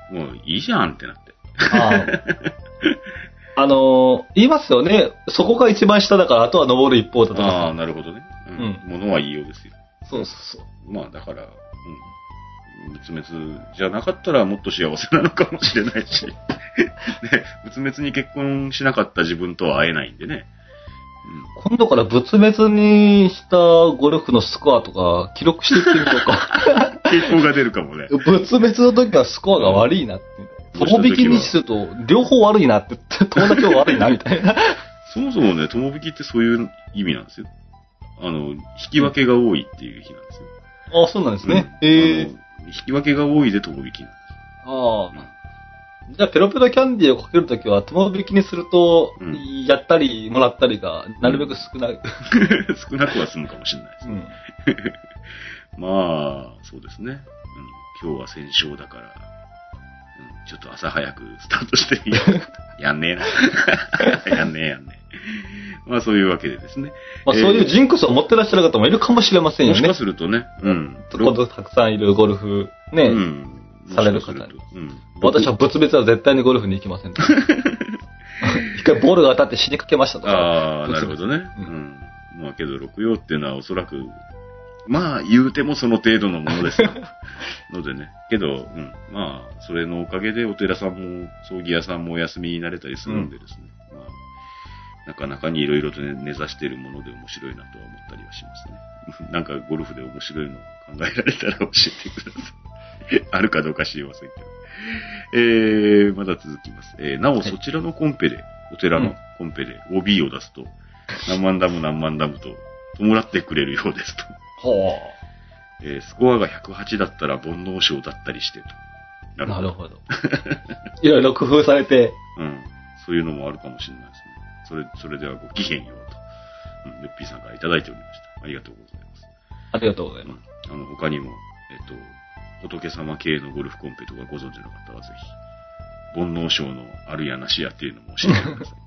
もういいじゃんってなって。 ああ。あのー、言いますよね。そこが一番下だから、あとは登る一方だとか。 ああ、なるほどね。うん。うん、物は言いようですよ。 そうそうそう。 まあだから、うん。仏滅じゃなかったらもっと幸せなのかもしれないし、ね、仏滅に結婚しなかった自分とは会えないんでね。 うん、今度から仏滅にしたゴルフのスコアとか記録していってみようか。 傾向が出るかもね。 仏滅の時はスコアが悪いなって。友引きにすると両方悪いなって、友達は悪いなみたいな。 そもそもね、友引きってそういう意味なんですよ。あの、引き分けが多いっていう日なんですよ。 うん、ああ、そうなんですね。うん、ええー。 引き分けが多いで友引きなんです。 ああ。うん、じゃあ、ペロペロキャンディーをかけるときは、友引きにすると、うん、やったりもらったりが、なるべく少ない。うん、 少なくは済むかもしれないですね。うん、まあ、そうですね、うん。今日は戦勝だから、うん、ちょっと朝早くスタートしてみよう。やんねえな。やんねえやんねえ。まあそういうわけでですね。 まあそういうジンクスを持ってらっしゃる方もいるかもしれませんよね。 もしかするとね。うん。 ここたくさんいるゴルフね、うん、される方に。うん、私は仏滅は絶対にゴルフに行きません。一回ボールが当たって死にかけましたとか。 ああ、なるほどね。うん。まあけど六曜っていうのはおそらく、まあ言うてもその程度のものですのでね。けど、うん。まあ、それのおかげでお寺さんも葬儀屋さんもお休みになれたりするんでですね。うん、まあなかなかにいろいろと、ね、根ざしているもので面白いなとは思ったりはしますね。なんかゴルフで面白いのを考えられたら教えてください。あるかどうか知りませんけど。えー、まだ続きます。えー、なおそちらのコンペで、お寺のコンペで オービー を出すと、何万ダム何万ダムと弔ってくれるようですと。 はあ、えー。スコアがひゃくはちだったら煩悩賞だったりしてと。 なるほど。なるほど。いろいろ工夫されて。 うん。 そういうのもあるかもしれないですね。それ、それではごきげんようと。うん、ヨッピーさんからいただいておりました。ありがとうございます。 ありがとうございます。 うん、あの、他にも、えっと、仏様系のゴルフコンペとかご存知の方はぜひ、煩悩症のあるやなしやっていうのも教えてください。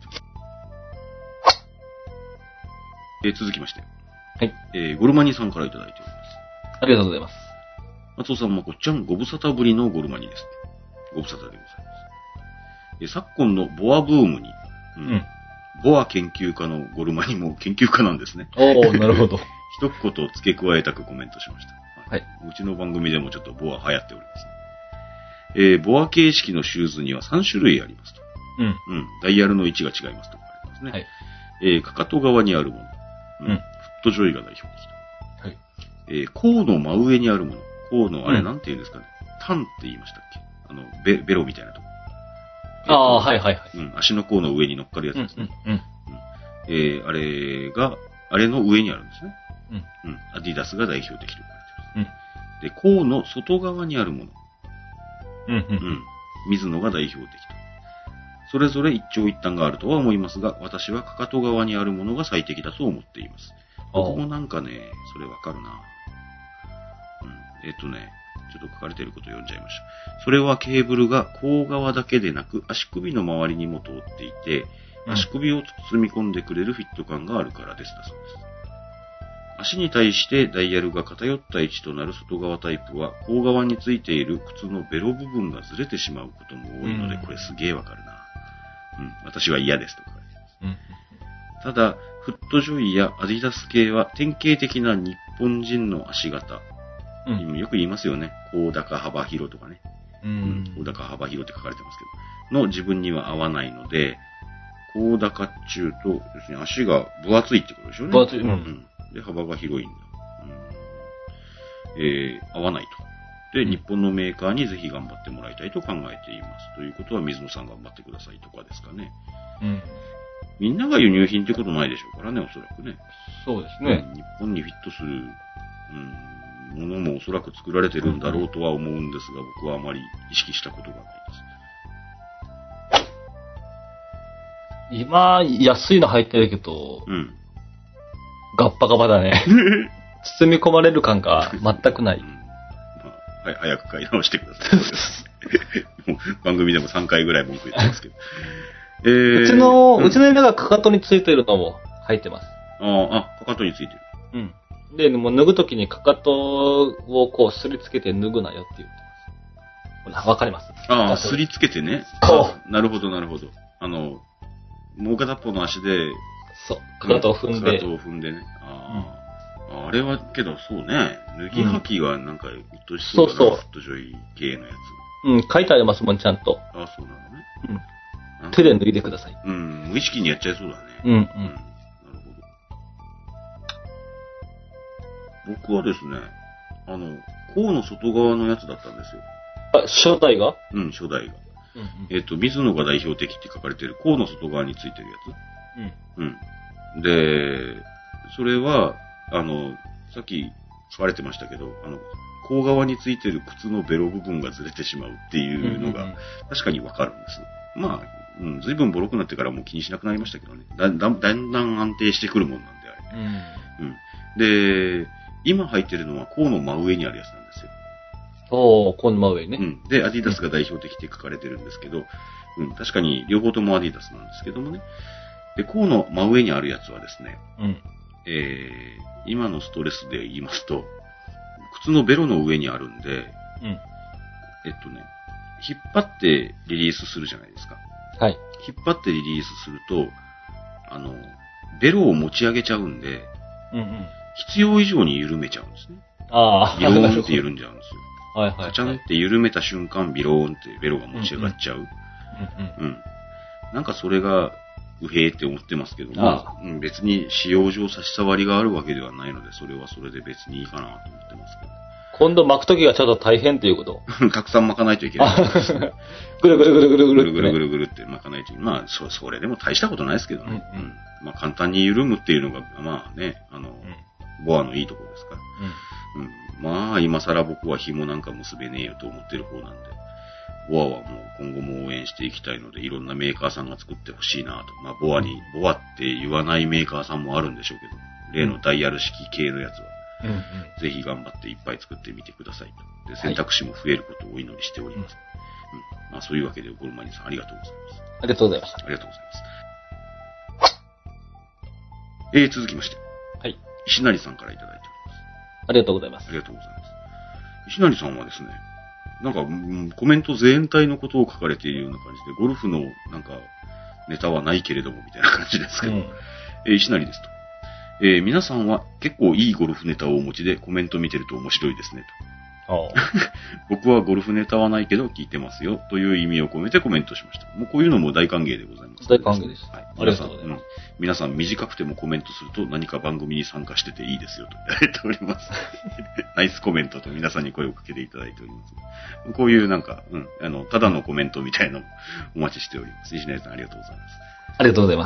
えー、続きまして。 はい。 えー、ゴルマニさんからいただいております。 ありがとうございます。 松尾さん、まこっちゃん、ご無沙汰ぶりのゴルマニです。ご無沙汰でございます。えー、昨今のボアブームに、うん。うん、ボア研究家のゴルマニも研究家なんですね。 おー、なるほど。 一言付け加えたくコメントしました。 はい。 うちの番組でもちょっとボア流行っておりますね。えー、ボア形式のシューズにはさん種類ありますと。 うん。 うん。ダイヤルの位置が違いますと書いてますね。はい。えー、かかと側にあるもの。うん。うん、フットジョイが代表的と。はい。えー、甲の真上にあるもの。甲のあれ、うん、なんて言うんですかね。タンって言いましたっけ？あの、ベ、ベロみたいなとこ。 ああ、はいはいはい。 うん。足の甲の上に乗っかるやつですね。 うん。うん。うん、 えー、あれが、あれの上にあるんですね。 うん。 うん。アディダスが代表的と書いてます。うん。で、甲の外側にあるもの。 うん。うん。うん。 水野が代表的と。それぞれ一長一短があるとは思いますが、私はかかと側にあるものが最適だと思っています。僕もなんかね、それわかるな。うん。えっとね、ちょっと書かれていることを読んじゃいました。それはケーブルが甲側だけでなく、足首の周りにも通っていて、足首を包み込んでくれるフィット感があるからですだそうです。足に対してダイヤルが偏った位置となる外側タイプは、甲側についている靴のベロ部分がずれてしまうことも多いので、これすげえわかるな。うん、私は嫌ですと書いてます。うん、ただ、フットジョイやアディダス系は典型的な日本人の足型。うん、よく言いますよね。甲高幅広とかね。うん、甲高幅広って書かれてますけど。の自分には合わないので、甲高っちゅうと、要するに足が分厚いってことでしょうね。 分厚い。うん。 うん、で、幅が広いんだ。うん、えー、合わないと。で、日本のメーカーにぜひ頑張ってもらいたいと考えています。ということは、水野さん頑張ってくださいとかですかね。うん。みんなが輸入品ってことないでしょうからね、おそらくね。 そうですね。 うん、日本にフィットする、うん、ものもおそらく作られてるんだろうとは思うんですが、僕はあまり意識したことがないです。 今、安いの入ってるけど、うん。ガッパガバだね。包み込まれる感が全くない。うん、 まあ、はい、早く買い直してください。もう番組でもさんかいぐらい文句言ってますけど。 えー、うちの、うん、うちの犬がかかとについてるのも入ってます。 ああ、かかとについてる。 うん。で、もう脱ぐときにかかとをこうすりつけて脱ぐなよって言ってます。わかります。 ああ、すりつけてね。そう。なるほど、なるほど。あの、もう片っぽの足で、 そう。かかとを踏んで。 かかとを踏んでね。ああ、うん、あれはけどそうね。脱ぎ履きはなんかうっとしそうだな、そうそう。フットジョイ系のやつ。 うん、書いてありますもん、ちゃんと。 ああ、そうなのね。 うん。手で脱いでください。 うん、無意識にやっちゃいそうだね。 うん、うん。うん、なるほど。僕はですね、あの、甲の外側のやつだったんですよ。 あ、初代が？ うん、初代が。うんうん、えっ、ー、と、水野が代表的って書かれてる甲の外側についてるやつ。うん。うん。で、それは、あの、さっき書かれてましたけど、あの、甲側についてる靴のベロ部分がずれてしまうっていうのが、確かにわかるんです。まあ、うん、ずいぶんボロくなってからもう気にしなくなりましたけどね。だんだん、だんだん安定してくるもんなんで、あれ。うん。うん。で、今履いてるのは甲の真上にあるやつなんですよ。 おー、甲の真上ね。 うん。で、アディダスが代表的って書かれてるんですけど、うん、確かに両方ともアディダスなんですけどもね。で、甲の真上にあるやつはですね、うん。えー、今のストレスで言いますと、靴のベロの上にあるんで、うん。えっとね、引っ張ってリリースするじゃないですか。 はい。 引っ張ってリリースすると、あの、ベロを持ち上げちゃうんで、うんうん。必要以上に緩めちゃうんですね。 ああ。 ビローンって緩んじゃうんですよ。 はいはい、はい。 カチャンって緩めた瞬間、ビローンってベロが持ち上がっちゃう。うん、うん。うん。なんかそれが、うへーって思ってますけども、うん、別に使用上差し障りがあるわけではないので、それはそれで別にいいかなと思ってますけど。 今度巻くときがちょっと大変っていうことたくさん巻かないといけない。 ぐるぐるぐるぐるぐる、 ね。ぐるぐるぐるって巻かないといけない。まあ、そ、それでも大したことないですけどね。うんうん、まあ、簡単に緩むっていうのが、まあね、あの、うん、ボアのいいところですから。うんうん、まあ、今更僕は紐なんか結べねえよと思ってる方なんで。 ボアはもう今後も応援していきたいので、いろんなメーカーさんが作ってほしいなと。まあ、ボアに、ボアって言わないメーカーさんもあるんでしょうけど、例のダイヤル式系のやつは、うんうん、ぜひ頑張っていっぱい作ってみてくださいと。で、選択肢も増えることをお祈りしております。はい、うん。まあ、そういうわけで、ゴルマニさんありがとうございます。 ありがとうございました。 ありがとうございます。えー、続きまして。 はい。 石成さんからいただいております。 ありがとうございます。 ありがとうございます。石成さんはですね、なんか、うん、コメント全体のことを書かれているような感じで、ゴルフのなんか、ネタはないけれども、みたいな感じですけど、うん、えー、石成ですと。えー、皆さんは結構いいゴルフネタをお持ちでコメント見てると面白いですねと。僕はゴルフネタはないけど聞いてますよという意味を込めてコメントしました。もうこういうのも大歓迎でございます、 ね。大歓迎です。 はい。皆さん、うん、皆さん短くてもコメントすると何か番組に参加してていいですよと言われております。ナイスコメントと皆さんに声をかけていただいております。こういうなんか、うん、あの、ただのコメントみたいなのをお待ちしております。石根さんありがとうございます。 ありがとうございます。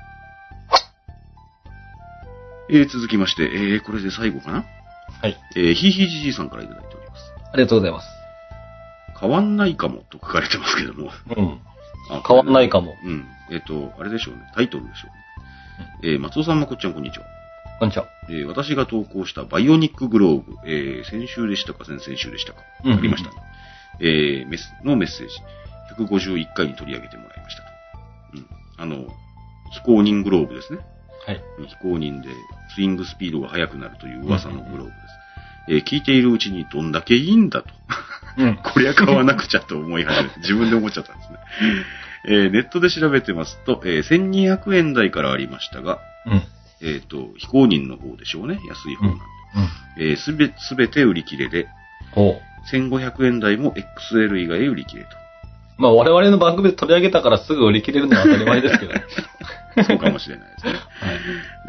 えー、続きまして、えー、これで最後かな。 はい。 えー、ひいひいじじいさんからいただいております。 ありがとうございます。 変わんないかもと書かれてますけども。 うん。あ、変わんないかも。 うん。えっ、ー、と、あれでしょうね。タイトルでしょうね。うん、えー、松尾さんまこっちゃんこんにちは。 こんにちは。 えー、私が投稿したバイオニックグローブ、えー、先週でしたか先々週でしたか。うんうん、ありましたね。えー、メス、のメッセージ。ひゃくごじゅういっかいに取り上げてもらいましたと。うん。あの、非公認グローブですね。 はい。 非公認でスイングスピードが速くなるという噂のグローブです。えー、聞いているうちにどんだけいいんだと。うん、こりゃ買わなくちゃと思い始めて、自分で思っちゃったんですね。えー、ネットで調べてますと、えー、せんにひゃくえん台からありましたが、うん、えっ、ー、と、非公認の方でしょうね。安い方なんで。うんうん、えー、すべ、すべて売り切れで、せんごひゃくえん台も エックスエル 以外売り切れと。 まあ我々の番組で取り上げたからすぐ売り切れるのは当たり前ですけど。 そうかもしれないですね。はい、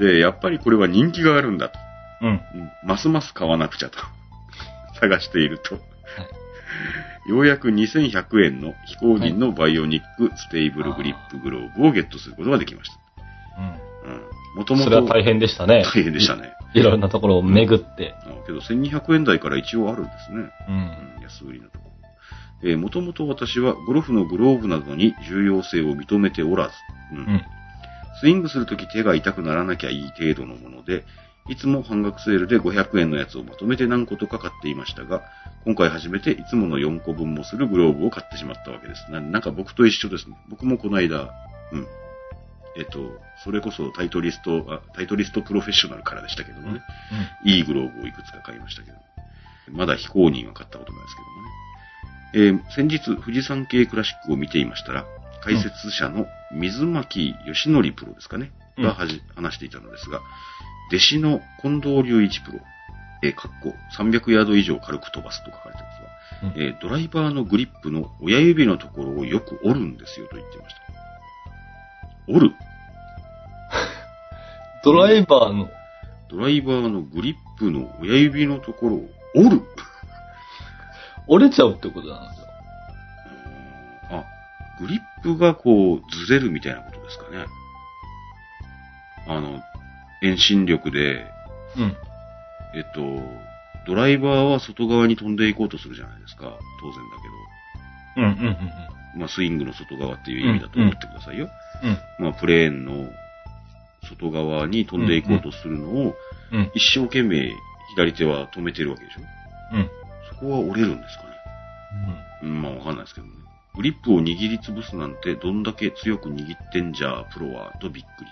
で、やっぱりこれは人気があるんだと。 うん。 ますます買わなくちゃと。探していると。はい、ようやくにせんひゃくえんの非公認のバイオニックステーブルグリップグローブをゲットすることができました。うん。うん。もともと。 それは大変でしたね。 大変でしたね。 い, いろんなところを巡って。 うん、けどせんにひゃくえん台から一応あるんですね。 うん。うん、 安売りのところ。えー、もともと私はゴルフのグローブなどに重要性を認めておらず、うんうん、スイングするとき手が痛くならなきゃいい程度のもので、いつも半額セールでごひゃくえんのやつをまとめて何個とか買っていましたが、今回初めていつものよんこぶんもするグローブを買ってしまったわけです。な, なんか僕と一緒ですね。僕もこの間、うん。えっと、それこそタイトリスト、あタイトリストプロフェッショナルからでしたけどもね、うんうん、いいグローブをいくつか買いましたけど、まだ非公認は買ったことないですけどもね。えー、先日、富士山系クラシックを見ていましたら、解説者の水巻義則プロですかね、うん、がはじ話していたのですが、弟子の近藤隆一プロ、えー、かっこさんびゃくヤード以上軽く飛ばすと書かれていますが、うん、えー、ドライバーのグリップの親指のところをよく折るんですよと言っていました。折るドライバーのドライバーのグリップの親指のところを折る折れちゃうってことなんですよ。 あ、グリップがこうずれるみたいなことですかね。あの、遠心力で、 うん。 えっと、ドライバーは外側に飛んでいこうとするじゃないですか。当然だけど。うんうんうんうん。 まあ、スイングの外側っていう意味だと思ってくださいよ。うん、うん。まあ、プレーンの外側に飛んでいこうとするのを、うんうん、一生懸命左手は止めてるわけでしょ。 うん。 そこは折れるんですかね。うん。うん、まあわかんないですけどね。グリップを握りつぶすなんてどんだけ強く握ってんじゃ、プロは、とびっくり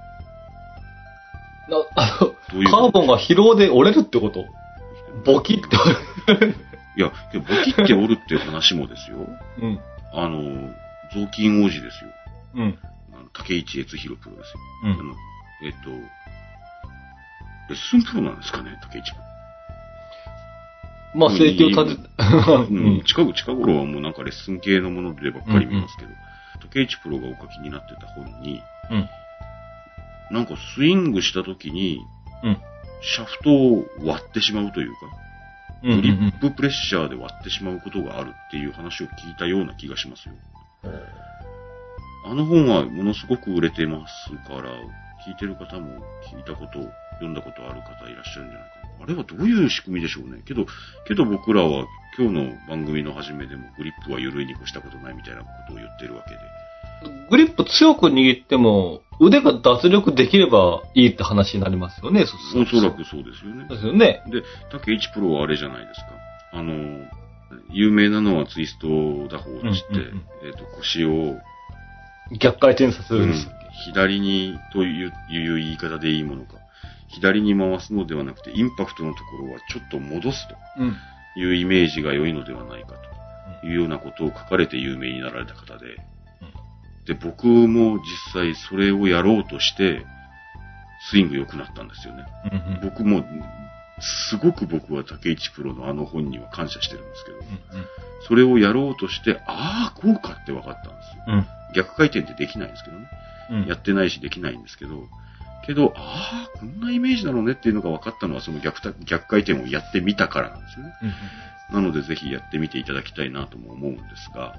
と。な、あの、ううカーボンが疲労で折れるってこと？ボキって折る。 いや、ボキって折るっていう話もですよ。 うん。 あの、雑巾王子ですよ。 うん。 竹市悦弘プロですよ。 うん。あのえっと、レッスンプロなんですかね、竹市プロ。 まあ、盛況立て、 うん、近く、近頃はもうなんかレッスン系のものでばっかり見ますけど、うんうん、竹市プロがお書きになってた本に、 うん、 なんかスイングした時に、 うん、 シャフトを割ってしまうというか、グリッププレッシャーで割ってしまうことがあるっていう話を聞いたような気がしますよ。あの本はものすごく売れてますから、聞いてる方も聞いたこと、読んだことある方いらっしゃるんじゃないかな。 あれはどういう仕組みでしょうね。けど、けど僕らは今日の番組の始めでもグリップは緩いに越したことないみたいなことを言ってるわけで。 グリップ強く握っても、腕が脱力できればいいって話になりますよね、 おそらくそうですよね。 ですよね。 で、竹内プロはあれじゃないですか。あの、有名なのはツイスト打法として、うんうんうん、えっと、腰を逆回転させるんです、うん、 左にという、いう言い方でいいものか。左に回すのではなくて、インパクトのところはちょっと戻すというイメージが良いのではないかというようなことを書かれて有名になられた方で、で、僕も実際それをやろうとして、スイング良くなったんですよね。僕も、すごく僕は竹内プロのあの本には感謝してるんですけど、それをやろうとして、ああ、こうかって分かったんですよ。逆回転ってできないんですけどね。やってないしできないんですけど、けど、ああ、こんなイメージなのねっていうのが分かったのは、その 逆, 逆回転をやってみたからなんですよね。なので、ぜひやってみていただきたいなとも思うんですが、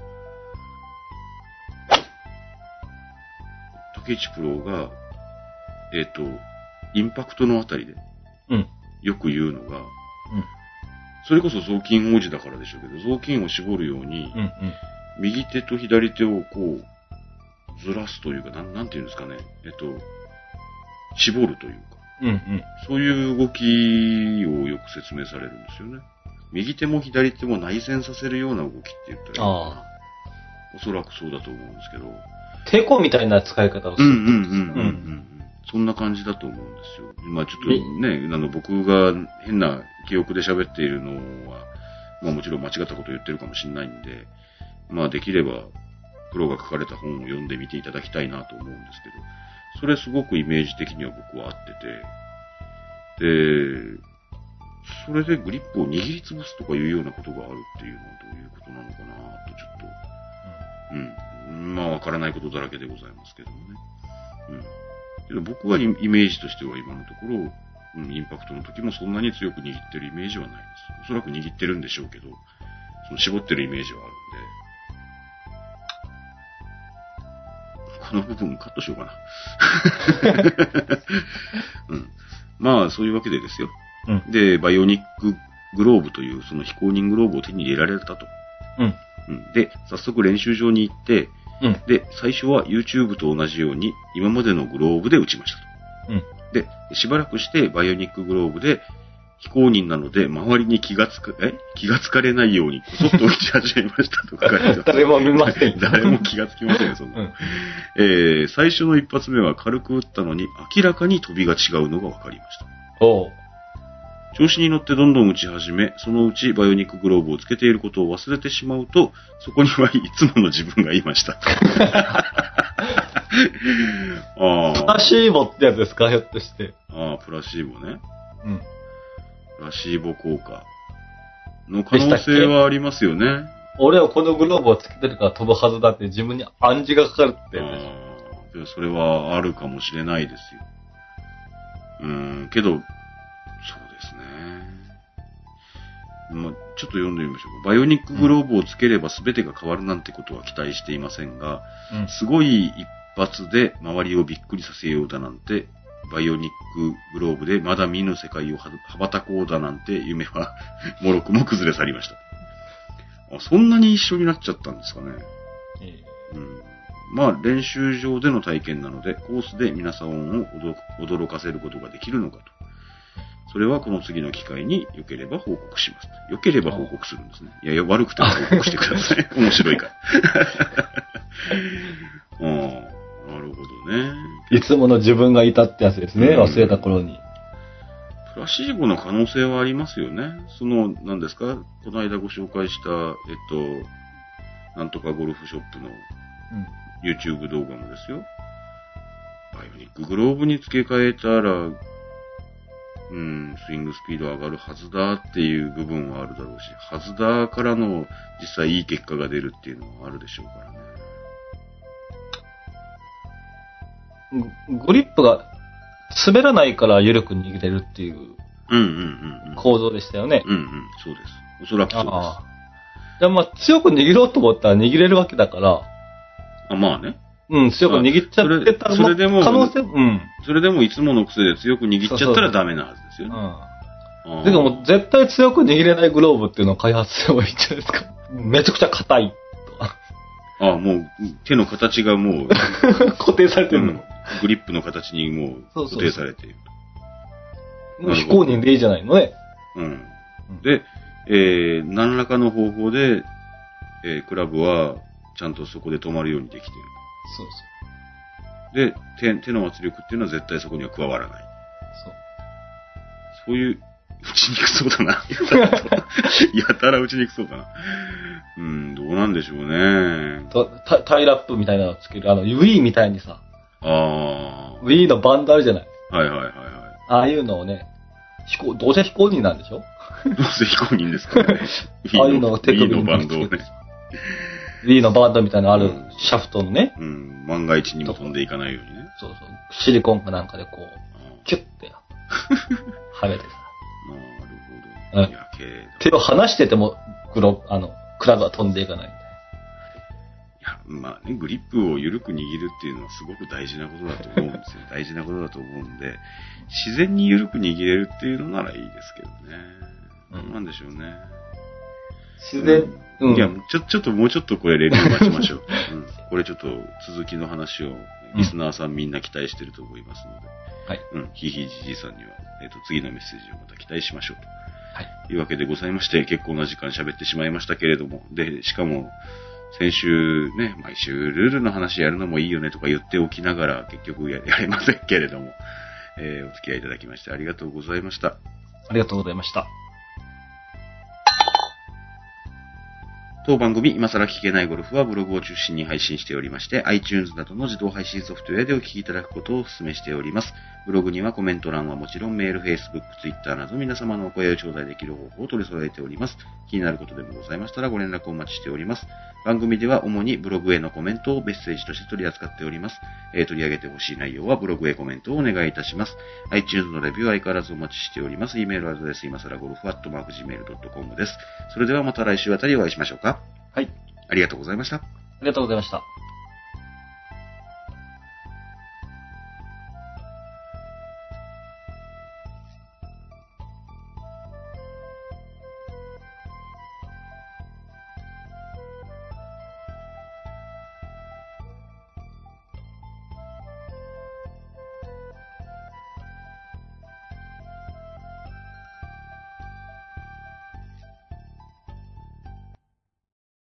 竹内プロが、えっと、インパクトのあたりで、よく言うのが、うん、それこそ雑巾王子だからでしょうけど、雑巾を絞るように、うんうん、右手と左手をこう、ずらすというか、なん、なんていうんですかね、えっと、絞るというか、うんうん、そういう動きをよく説明されるんですよね。右手も左手も内旋させるような動きって言ったら、おそらくそうだと思うんですけど、 抵抗みたいな使い方をする。うんうんうんうん、うん。 そんな感じだと思うんですよ。まあちょっとね、あの僕が変な記憶で喋っているのは、まあもちろん間違ったことを言ってるかもしれないんで、まあできればプロが書かれた本を読んでみていただきたいなと思うんですけど、それすごくイメージ的には僕は合ってて、で、それでグリップを握りつぶすとかいうようなことがあるっていうのはどういうことなのかなとちょっと、うん、まあわからないことだらけでございますけどもね。うん。けど僕はイメージとしては今のところ、うん、インパクトの時もそんなに強く握ってるイメージはないです。おそらく握ってるんでしょうけど、その絞ってるイメージはあるんで、この部分カットしようかな。うん、まあそういうわけでですよ。うん、で、バイオニックグローブというその非公認グローブを手に入れられたと。うんうん、で、早速練習場に行って、うん、で、最初は YouTube と同じように今までのグローブで打ちましたと。うん、で、しばらくしてバイオニックグローブで非公認なので周りに気がつか、え気がつかれないようにこそっと打ち始めましたと書かれてます。 誰も見ません。 誰も気がつきません、そんな、うんえー。最初の一発目は軽く打ったのに明らかに飛びが違うのが分かりました。おう調子に乗ってどんどん打ち始め、そのうちバイオニックグローブをつけていることを忘れてしまうと、そこにはいつもの自分がいました。 あプラシーボってやつですか、ひょっとして。 ああ、プラシーボね。うん。プラシーボ効果の可能性はありますよね。 俺はこのグローブをつけてるから飛ぶはずだって自分に暗示がかかるってやつでしょ。それはあるかもしれないですよ。うーん、けど、そうですね。まあ、ちょっと読んでみましょうか。バイオニックグローブをつければ全てが変わるなんてことは期待していませんが、うん、すごい一発で周りをびっくりさせようだなんて、バイオニックグローブでまだ見ぬ世界を羽ばたこうだなんて夢はもろくも崩れ去りました。あ、そんなに一緒になっちゃったんですかね。うん、まあ練習場での体験なので、コースで皆さんを驚かせることができるのかと。それはこの次の機会に良ければ報告します。良ければ報告するんですね。いやいや、悪くても報告してください。面白いから。ああ、なるほどね。 いつもの自分がいたってやつですね。忘れた頃に。 プラシーボの可能性はありますよね。その、何ですか、この間ご紹介した、えっと、なんとかゴルフショップの YouTube 動画もですよ。バイオニックグローブに付け替えたら、うん、スイングスピード上がるはずだっていう部分はあるだろうし、はずだからの実際いい結果が出るっていうのはあるでしょうからね。グリップが滑らないから緩く握れるっていう構造でしたよね。 うんうん、そうです。おそらくそうです。ああ。 じゃあまあ強く握ろうと思ったら握れるわけだから。 あ、まあね。 うん、強く握っちゃってたら、 それでも、 可能性、うん。 それでもいつもの癖で強く握っちゃったらダメなはずですよね。 てかもう絶対強く握れないグローブっていうのを開発すればいいんじゃないですか。めちゃくちゃ硬いとか。 ああ、もう手の形がもう固定されてるの、うん、 グリップの形にもう固定されている。 もう非公認でいいじゃないのね。 うん。で、えー、何らかの方法で、えー、クラブはちゃんとそこで止まるようにできている。 そうそう。 で、手、手の圧力っていうのは絶対そこには加わらない。そう。そういう、打ちにくそうだな。やたら打ちにくそうだな。うん、どうなんでしょうね。 タ, タイラップみたいなのつける。あの、Wii みたいにさ。 ああ。 Wii のバンドあるじゃない。 はいはいはいはい。 ああいうのをね、非公、どうせ非公認なんでしょどうせ非公認ですかね。 ああいうのを手首に Wii のバンドをね。 Wii のバンドみたいなのあるシャフトのね。 うん、万が一にも飛んでいかないようにね。 そうそう。シリコンかなんかでこう、キュッて、はめてさ。 なるほど。いや、けれど。 手を離してても、グロ、あの、クラブは飛んでいかない。いや、まあね、グリップを緩く握るっていうのはすごく大事なことだと思うんですよ。大事なことだと思うんで、自然に緩く握れるっていうのならいいですけどね。うん、なんでしょうね。 自然、 うん。いや、ちょ、ちょっともうちょっとこれレビュー待ちましょう。うん。これちょっと続きの話をリスナーさんみんな期待してると思いますので。 はい。 うん。ひひじじさんには、えっと、次のメッセージをまた期待しましょうと。 はい。 いうわけでございまして、結構な時間喋ってしまいましたけれども、で、しかも、先週ね、毎週ルールの話やるのもいいよねとか言っておきながら、結局 や, やれませんけれども、えー、お付き合いいただきましてありがとうございました。 ありがとうございました。 当番組、今更聞けないゴルフはブログを中心に配信しておりまして、iTunes などの自動配信ソフトウェアでお聞きいただくことをお勧めしております。ブログにはコメント欄はもちろんメール、Facebook、Twitter など皆様のお声を頂戴できる方法を取り揃えております。気になることでもございましたらご連絡をお待ちしております。番組では主にブログへのコメントをメッセージとして取り扱っております。えー、取り上げてほしい内容はブログへコメントをお願いいたします。iTunes のレビューは相変わらずお待ちしております。e メールアドレス今更ゴルフアットマーク ジーメールドットコム です。それではまた来週あたりお会いしましょうか。 はい。 ありがとうございました。ありがとうございました。